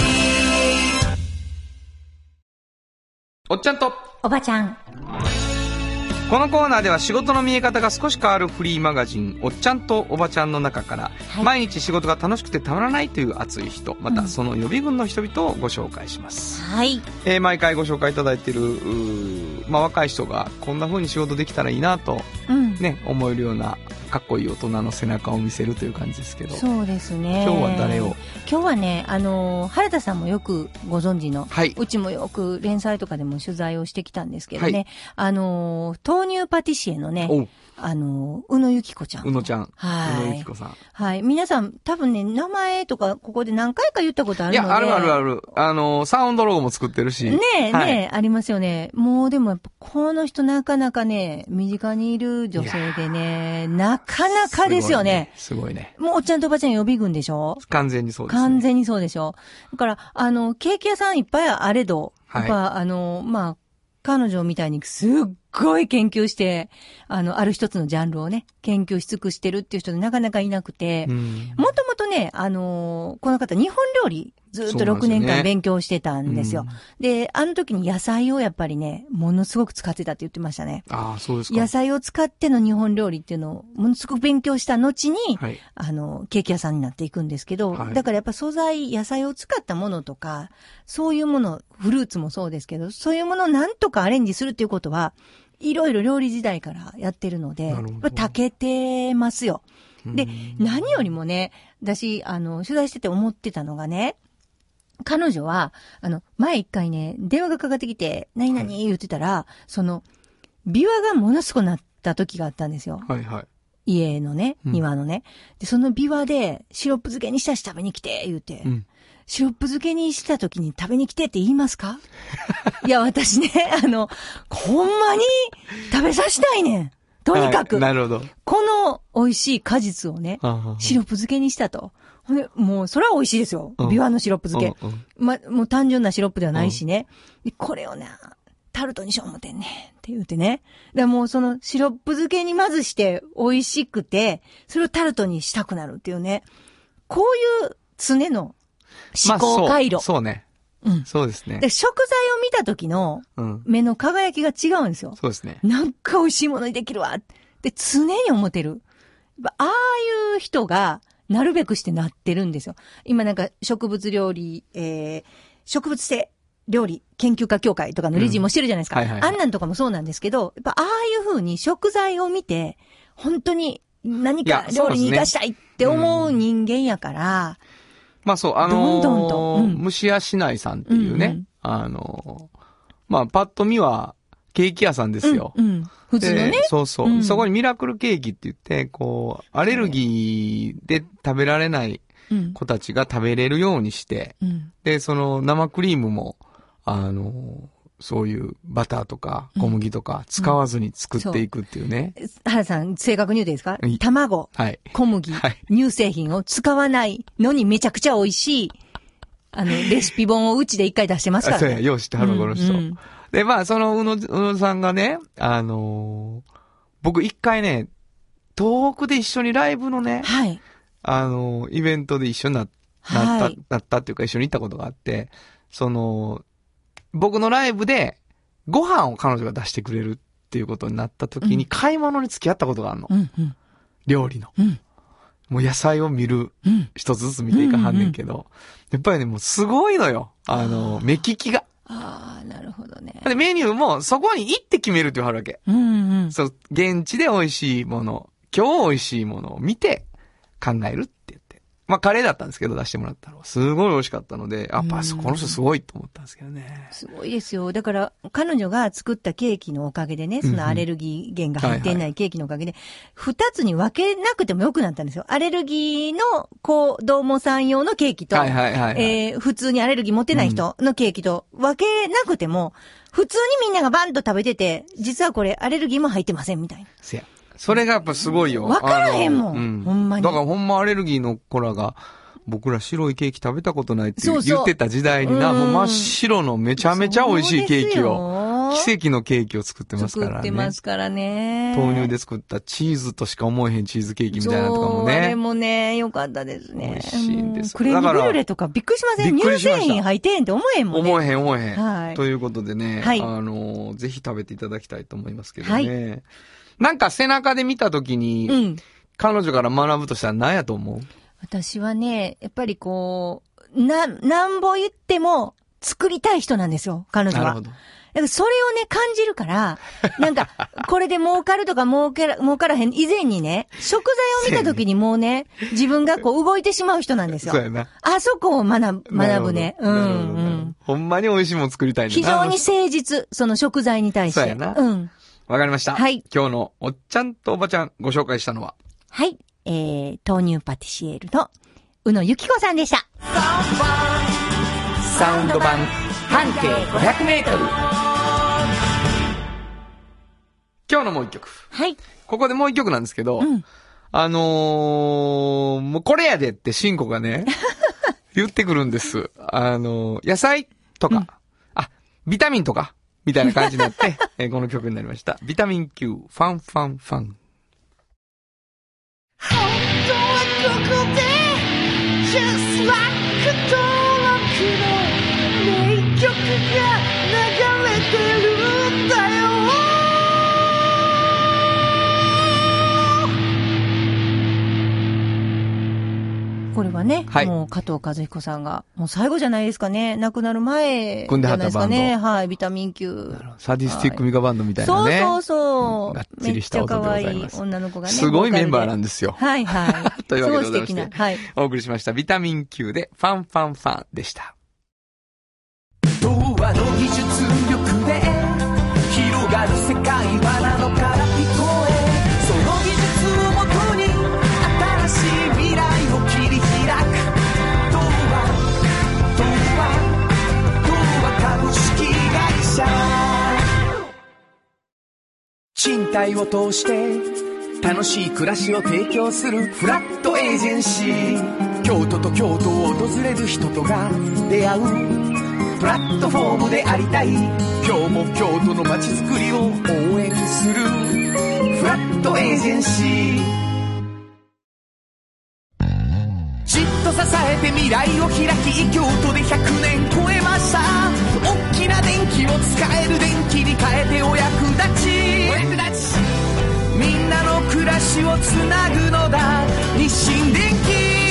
おっちゃんとおばちゃん。 このコーナーでは仕事の見え方が少し変わるフリーマガジンおっちゃんとおばちゃんの中から、毎日仕事が楽しくてたまらないという熱い人、またその予備軍の人々をご紹介します。 はい。 毎回ご紹介いただいている若い人がこんな風に仕事できたらいいなと、ね、思えるようなかっこいい大人の背中を見せるという感じですけど。 そうですね。 今日は誰を？ 今日はね、原田さんもよくご存知の、うちもよく連載とかでも取材をしてきたんですけどね、豆乳パティシエのね、宇野由紀子ちゃん。 宇野ちゃん。 はい。 宇野由紀子さん。 はい。皆さん、多分ね、名前とか、ここで何回か言ったことあるので。 いや、ある。サウンドロゴも作ってるし。 ねえ、ありますよね。もうでもやっぱ、この人なかなかね、身近にいる女性でね、なかなかですよね。 すごいね。 もうおっちゃんとおばちゃん予備軍でしょ？ 完全にそうですね。 完全にそうでしょ？だから、ケーキ屋さんいっぱいあれど、やっぱ、彼女みたいにすっごい研究して、ある一つのジャンルをね、研究し尽くしてるっていう人でなかなかいなくて、もともとね、この方日本料理ずっと6年間勉強してたんですよ。で、あの時に野菜をやっぱりね、ものすごく使ってたって言ってましたね。 ああ、そうですか。 野菜を使っての日本料理っていうのをものすごく勉強した後に、ケーキ屋さんになっていくんですけど、だからやっぱ素材、野菜を使ったものとか、そういうもの、フルーツもそうですけど、そういうものをなんとかアレンジするっていうことは、いろいろ料理時代からやってるので、長けてますよ。で、何よりもね、私、取材してて思ってたのがね、彼女は、前一回ね、電話がかかってきて、何々言ってたら、その、ビワがものすごくなった時があったんですよ。 家のね、庭のね。で、そのビワで、シロップ漬けにしたし食べに来て、言うて。シロップ漬けにした時に食べに来てって言いますか？いや、私ね、ほんまに食べさせたいねん。とにかく。 なるほど。 この美味しい果実をね、シロップ漬けにしたと。もう、それは美味しいですよ。ビワのシロップ漬け。もう単純なシロップではないしね。これをな、タルトにしよう思てんねんって言うてね。だからもうそのシロップ漬けにまずして美味しくて、それをタルトにしたくなるっていうね。こういう常の思考回路。 そうね。そうですね。 で、食材を見た時の目の輝きが違うんですよ。 そうですね。 なんか美味しいものにできるわって常に思ってる。ああいう人がなるべくしてなってるんですよ。今なんか植物料理、植物性料理研究家協会とかの理事もしてるじゃないですか。あんなんとかもそうなんですけど、やっぱああいう風に食材を見て、本当に何か料理に活かしたいって思う人間やから、 まあそう、 どんどんと、 虫屋市内さんっていうね、まあパッと見はケーキ屋さんですよ。 普通のね。 そうそう、そこにミラクルケーキって言って、こう、アレルギーで食べられない子たちが食べれるようにして、で、その生クリームも、そういうバターとか小麦とか使わずに作っていくっていうね。 原さん、正確に言うていいですか？卵、小麦、乳製品を使わないのにめちゃくちゃ美味しい、レシピ本をうちで一回出してますからね。 そうや、よう知ってはるこの人。で、まあ、その、うのさんがね、僕一回ね、東北で一緒にライブのね、イベントで一緒になったっていうか一緒に行ったことがあって、僕のライブでご飯を彼女が出してくれるっていうことになった時に買い物に付き合ったことがあるの。料理の。もう野菜を見る、一つずつ見ていかはんねんけど、やっぱりね、もうすごいのよ。目利きが。 ああ、なるほどね。 で、メニューもそこに行って決めるって言わはるわけ。そう、現地で美味しいもの、今日美味しいものを見て考えるって言って。まあ、カレーだったんですけど、出してもらったの。すごい美味しかったので、やっぱ、この人すごいと思ったんですけどね。 すごいですよ。だから、彼女が作ったケーキのおかげでね、そのアレルギー源が入っていないケーキのおかげで、二つに分けなくてもよくなったんですよ。アレルギーの子供さん用のケーキと、普通にアレルギー持ってない人のケーキと分けなくても、普通にみんながバンと食べてて、実はこれアレルギーも入ってませんみたいな。 せや。それがやっぱすごいよ。 わからへんもん。ほんまに。 だからほんまアレルギーの子らが、僕ら白いケーキ食べたことないって言ってた時代にな、もう真っ白のめちゃめちゃ美味しいケーキを、奇跡のケーキを作ってますからね。 作ってますからね。 豆乳で作ったチーズとしか思えへんチーズケーキみたいなのとかもね。 あれもね、良かったですね。 美味しいんです。 クレームブリュレとかびっくりしません？乳製品入ってへんって思えへんもんね。 思えへん。はい。ということでね、ぜひ食べていただきたいと思いますけどね。なんか背中で見たときに、彼女から学ぶとしたら何やと思う？ 私はね、やっぱりこう、なんぼ言っても作りたい人なんですよ、彼女は。なるほど。だからそれをね、感じるから、なんか、これで儲かるとか儲からへん、以前にね、食材を見た時にもうね、自分がこう動いてしまう人なんですよ。 そうやな。 あそこを学ぶね。 ほんまに美味しいもん作りたいんだな。 非常に誠実、その食材に対して。 そうやな。わかりました。はい。今日のおっちゃんとおばちゃんご紹介したのは？ はい。豆乳パティシエールの宇野由紀子さんでした。 サウンド版半径500メートル。今日のもう一曲。 はい。 ここでもう一曲なんですけど、もうこれやでってシンコがね、言ってくるんです。野菜とか、ビタミンとか、みたいな感じになって、この曲になりました。ビタミン Q、ファンファンファン。 本当はここで Just like 登録の名曲が流れてるんだよ。 これはね、もう加藤和彦さんが、もう最後じゃないですかね。亡くなる前組んではったですかね。はい、ビタミン Q。 サディスティックミカバンドみたいなね。 そう。 がっちりした音でございます。 めっちゃ可愛い女の子がね。 すごいメンバーなんですよ。 はいはい。 というわけでございまして、 はい、 お送りしましたビタミン Q でファンファンファンでした。 童話の技術力で広がる世界はなのから聞こえ、その技術をもと体を通して楽しい暮らしを提供するフラットエージェンシー。京都と京都を訪れる人とが出会うプラットフォームでありたい。今日も京都の街づくりを応援するフラットエージェンシー。じっと支えて未来を開き、京都で100年超えました。大きな電気を使える電気に変えてお役立ち。みんなの暮らしをつなぐのだ、日清電気。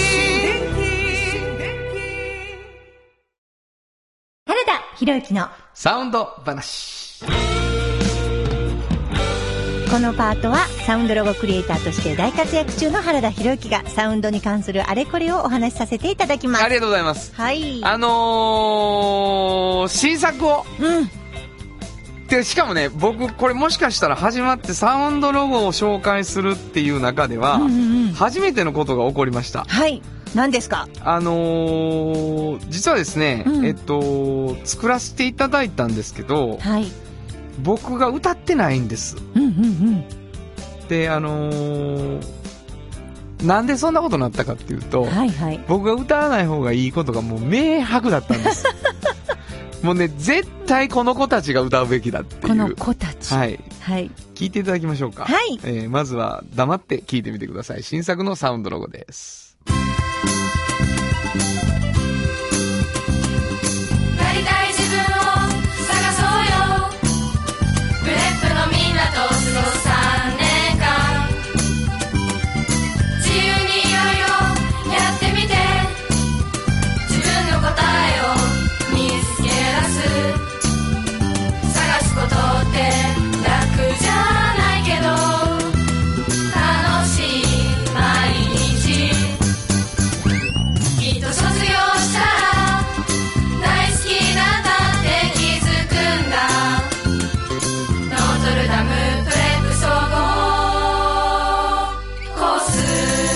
原田博之のサウンド話。 このパートはサウンドロゴクリエイターとして大活躍中の原田博之がサウンドに関するあれこれをお話しさせていただきます。 ありがとうございます。 はい。 新作を。で、しかもね、僕、これもしかしたら始まってサウンドロゴを紹介するっていう中では、初めてのことが起こりました。 はい。何ですか？ 実はですね、作らせていただいたんですけど、 はい。 僕が歌ってないんです。で、なんでそんなことになったかっていうと、 はいはい、 僕が歌わない方がいいことがもう明白だったんです。もうね、絶対この子たちが歌うべきだっていう。 この子たち。 はい。 はい。 聞いていただきましょうか。 はい。 まずは黙って聞いてみてください。新作のサウンドロゴです。 なりたい自分を探そうよ。ブレップのみんなと過ごす3年間。自由にいろいろやってみて、自分の答えを見つけ出す。探すことって楽じゃないけど楽しい毎日。きっと卒業したら大好きなんだって気づくんだ。ノートルダムプレップ総合コース。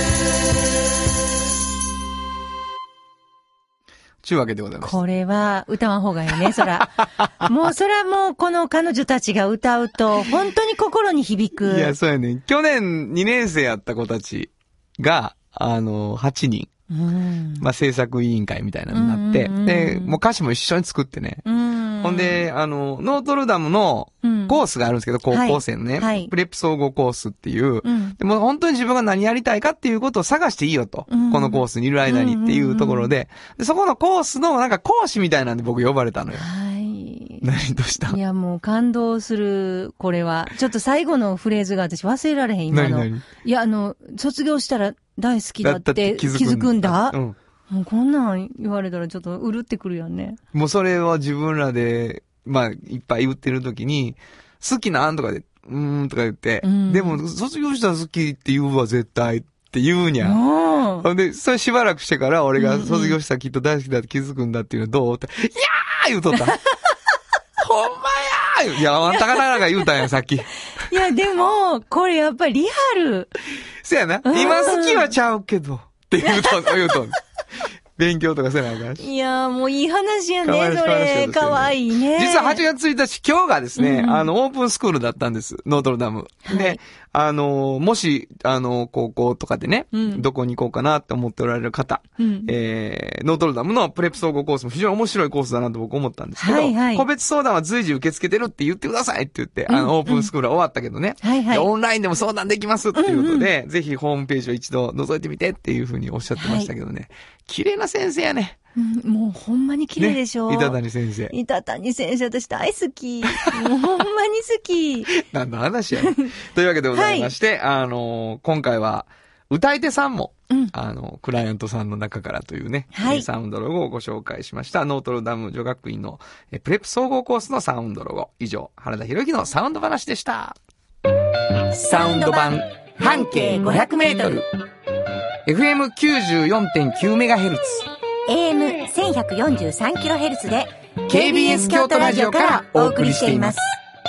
ちゅうわけでございます。 これは歌わん方がいいね、そら。もうそらもうこの彼女たちが歌うと本当に心に響く。 いや、そうやね。去年2年生やった子たちが、8人。まあ、制作委員会みたいなのになって、で、もう歌詞も一緒に作ってね。ほんで、ノートルダムのコースがあるんですけど、高校生のね、はい、プレップ総合コースっていう、でも本当に自分が何やりたいかっていうことを探していいよと。このコースにいる間にっていうところで、でそこのコースのなんか講師みたいなんで僕呼ばれたのよ。 はい。 何とした？ いや、もう感動する、これは。ちょっと最後のフレーズが私忘れられへん、今の。いや、卒業したら大好きだって気づくんだ。もうこんなん言われたらちょっとうるってくるやんね。 もうそれは自分らで、まあ、いっぱい言ってるときに、好きなんとかで、とか言って、でも、卒業したら好きって言うわ、絶対って言うにゃ。ほんで、それしばらくしてから、俺が卒業したらきっと大好きだって気づくんだっていうのどうって、いやー言うとった。ほんまやーいや、あんたがなんか言うたんや、さっき。 いや、でも、これやっぱりリアル。 そやな。今好きはちゃうけど。って言うとん。勉強とかせなあかんし。 いやーもういい話やね、それ。かわいいね。 実は8月1日、今日がですね、オープンスクールだったんです。ノートルダム。はい、で、もし、高校とかでね、どこに行こうかなって思っておられる方、ノートルダムのプレップ総合コースも非常に面白いコースだなと僕思ったんですけど、はいはい、個別相談は随時受け付けてるって言ってくださいって言って、オープンスクールは終わったけどね、はいはい、オンラインでも相談できますっていうことで、ぜひホームページを一度覗いてみてっていうふうにおっしゃってましたけどね、はい、綺麗な先生やね。 もうほんまに綺麗でしょ、 ね、板谷先生。 板谷先生、私大好き。もうほんまに好き。 何の話や。というわけでございまして、はい、今回は、歌い手さんも、クライアントさんの中からというね、はい、サウンドロゴをご紹介しました。ノートルダム女学院のプレップ総合コースのサウンドロゴ。以上、原田博之のサウンド話でした。 サウンド版、半径500メートル。 FM94.9MHz。 AM1143kHz で KBS 京都ラジオからお送りしています。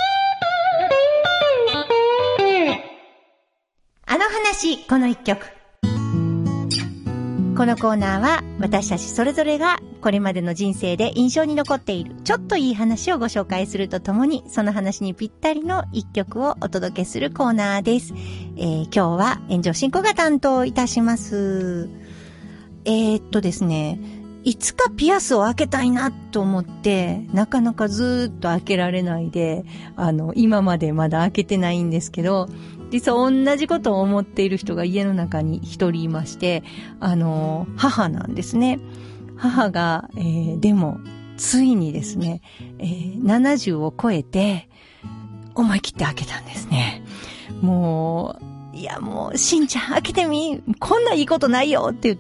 あの話、この一曲。このコーナーは私たちそれぞれがこれまでの人生で印象に残っているちょっといい話をご紹介するとともに、その話にぴったりの一曲をお届けするコーナーです。今日は炎上進行が担当いたします。ですね、いつかピアスを開けたいなと思って、なかなかずーっと開けられないで、今までまだ開けてないんですけど、実は同じことを思っている人が家の中に一人いまして、母なんですね。母が、でも、ついにですね、70を超えて、思い切って開けたんですね。もう、しんちゃん開けてみ、こんないいことないよって言って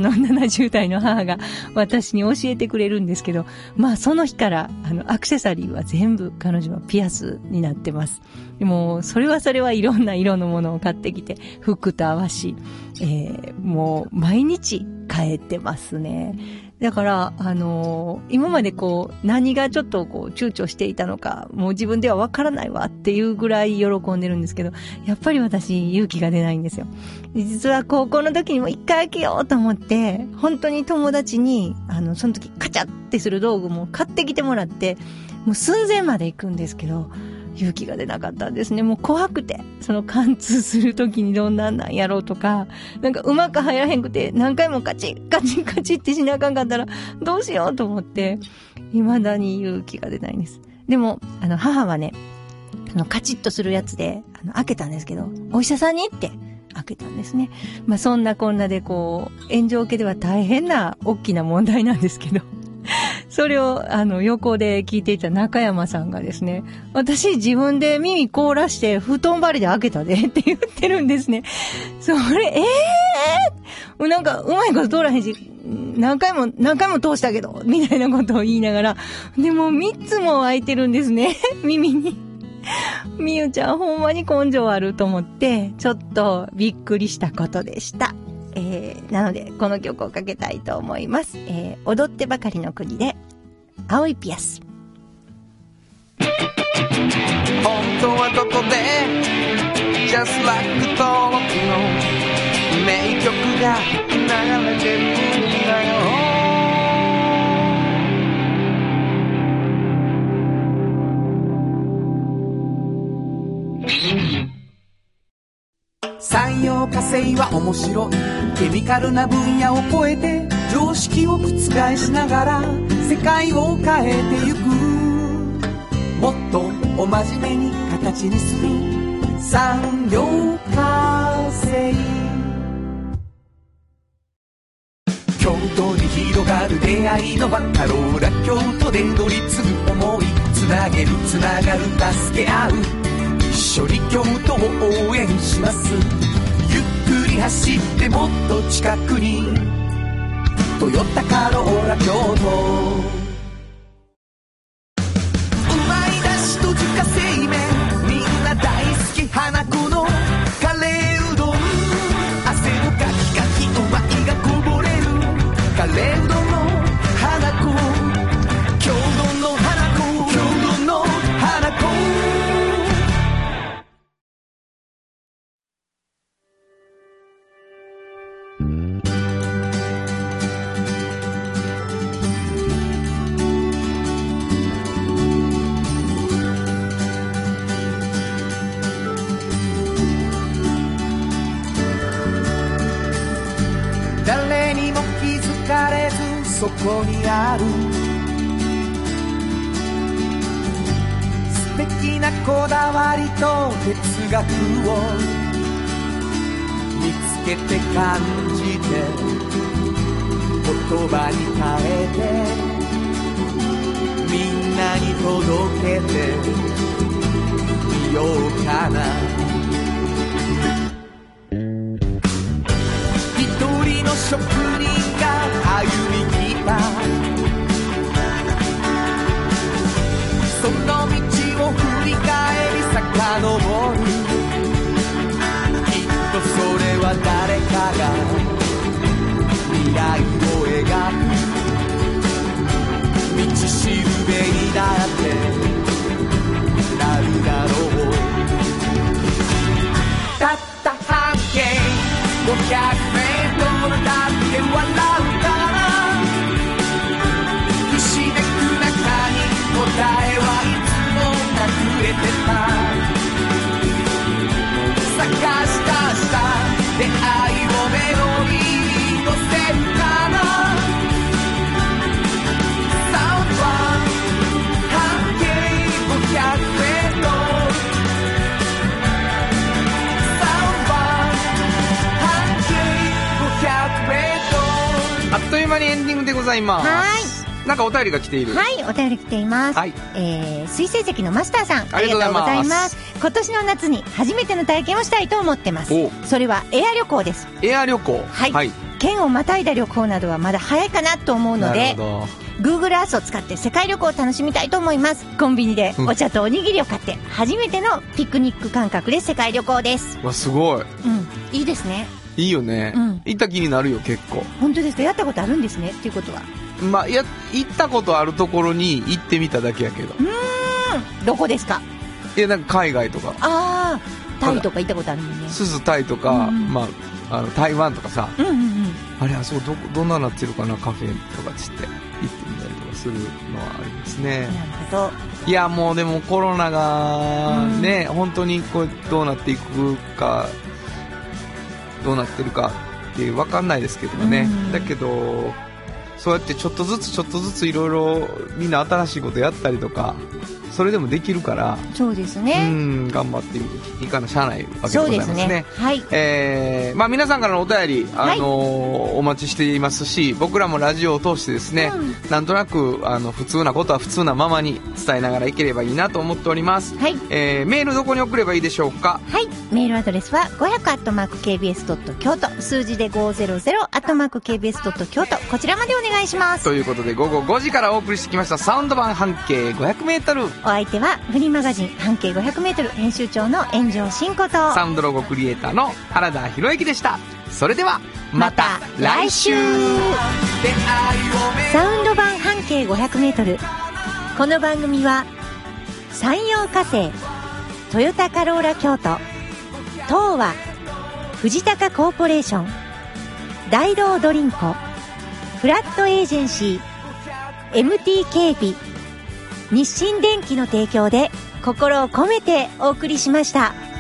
、70代の母が私に教えてくれるんですけど、まあその日から、アクセサリーは全部彼女はピアスになってます。でも、それはいろんな色のものを買ってきて、服と合わし、もう毎日変えてますね。だから、今まで何がちょっと躊躇していたのか、もう自分ではわからないわっていうぐらい喜んでるんですけど、やっぱり私勇気が出ないんですよ。実は高校の時にも一回開けようと思って、本当に友達に、その時カチャってする道具も買ってきてもらって、もう寸前まで行くんですけど、勇気が出なかったんですね。もう怖くて、貫通するときにどんなんやろうとか、なんかうまく入らへんくて、何回もカチッカチッカチッってしなあかんかったら、どうしようと思って、未だに勇気が出ないんです。でも、母はね、カチッとするやつで、開けたんですけど、お医者さんに行って開けたんですね。まあ、そんなこんなで炎上系では大変な大きな問題なんですけど、それを、横で聞いていた中山さんがですね、私自分で耳凍らして布団張りで開けたでって言ってるんですね。それ、なんかうまいこと通らへんし、何回も通したけど、みたいなことを言いながら、でも3つも開いてるんですね、耳に。みゆちゃんほんまに根性あると思って、ちょっとびっくりしたことでした。なので、この曲をかけたいと思います。踊ってばかりの国で、青いピアス。 本当はどこで Just like 登録の名曲が流れてるんだよ。 産業化成は面白いケミカルな分野を超えて常識を覆しながら世界を変えてゆく、もっとお真面目に形にする産業化成。京都に広がる出会いのバカローラ京都で乗り継ぐ思い、つなげるつながる助け合う、一緒に京都を応援します。ゆっくり走ってもっと近くにトヨタカローラ京都。うまいだしと自家製麺、みんな大好き花子のカレーうどん、汗のかきかきうまいがこぼれるカレーうどんの花子、京都の花子、京都の花子。誰にも気づかれずそこにある素敵なこだわりと哲学を見つけて感じて言葉に変えてみんなに届けてみようかな。職人が歩み来たその道を振り返り遡る、きっとそれは誰かが未来を描く道しるべになってなるだろう。 という間にエンディングでございます。 はい。 なんかお便りが来ている。 はい、お便り来ています。はい。水星石のマスターさん、ありがとうございます。今年の夏に初めての体験をしたいと思ってます。それはエア旅行です。 エア旅行。 はい。はい、県をまたいだ旅行などはまだ早いかなと思うので、Google Earth を使って世界旅行を楽しみたいと思います。コンビニでお茶とおにぎりを買って、初めてのピクニック感覚で世界旅行です。 わ、すごい。 うん、いいですね。 いいよね。うん。行った気になるよ、結構。 本当ですか？やったことあるんですね、っていうことは。 まあ、行ったことあるところに行ってみただけやけど。 どこですか？ いや、なんか海外とか。 ああ、タイとか行ったことあるもんね。 スズタイとか、まあ、台湾とかさ。あれ、あそこどんななってるかな、カフェとかつって行ってみたりとかするのはありますね。 なるほど。 いや、もうでもコロナがね、本当にこうどうなっていくか、どうなってるかって分かんないですけどね。だけど、そうやってちょっとずついろいろみんな新しいことやったりとか、それでもできるから、 そうですね。 頑張っていかなしゃあないわけでございますね。そうですね。はい。まあ皆さんからのお便り、お待ちしていますし、僕らもラジオを通してですね、なんとなく普通なことは普通なままに伝えながらいければいいなと思っております。はい。メールどこに送ればいいでしょうか？ はい。メールアドレスは500@kbs.京都、数字で500@kbs.京都、こちらまでお願いします。 ということで午後5時からお送りしてきましたサウンド版半径500メートル。 お相手はフリーマガジン半径 500m 編集長の炎上真子とサウンドロゴクリエイターの原田博之でした。それではまた来週。 サウンド版半径 500m、 この番組は山陽火星、トヨタカローラ京都、東和、藤高コーポレーション、大道ドリンコ、フラットエージェンシー、 MT 警備、日清電機の提供で心を込めてお送りしました。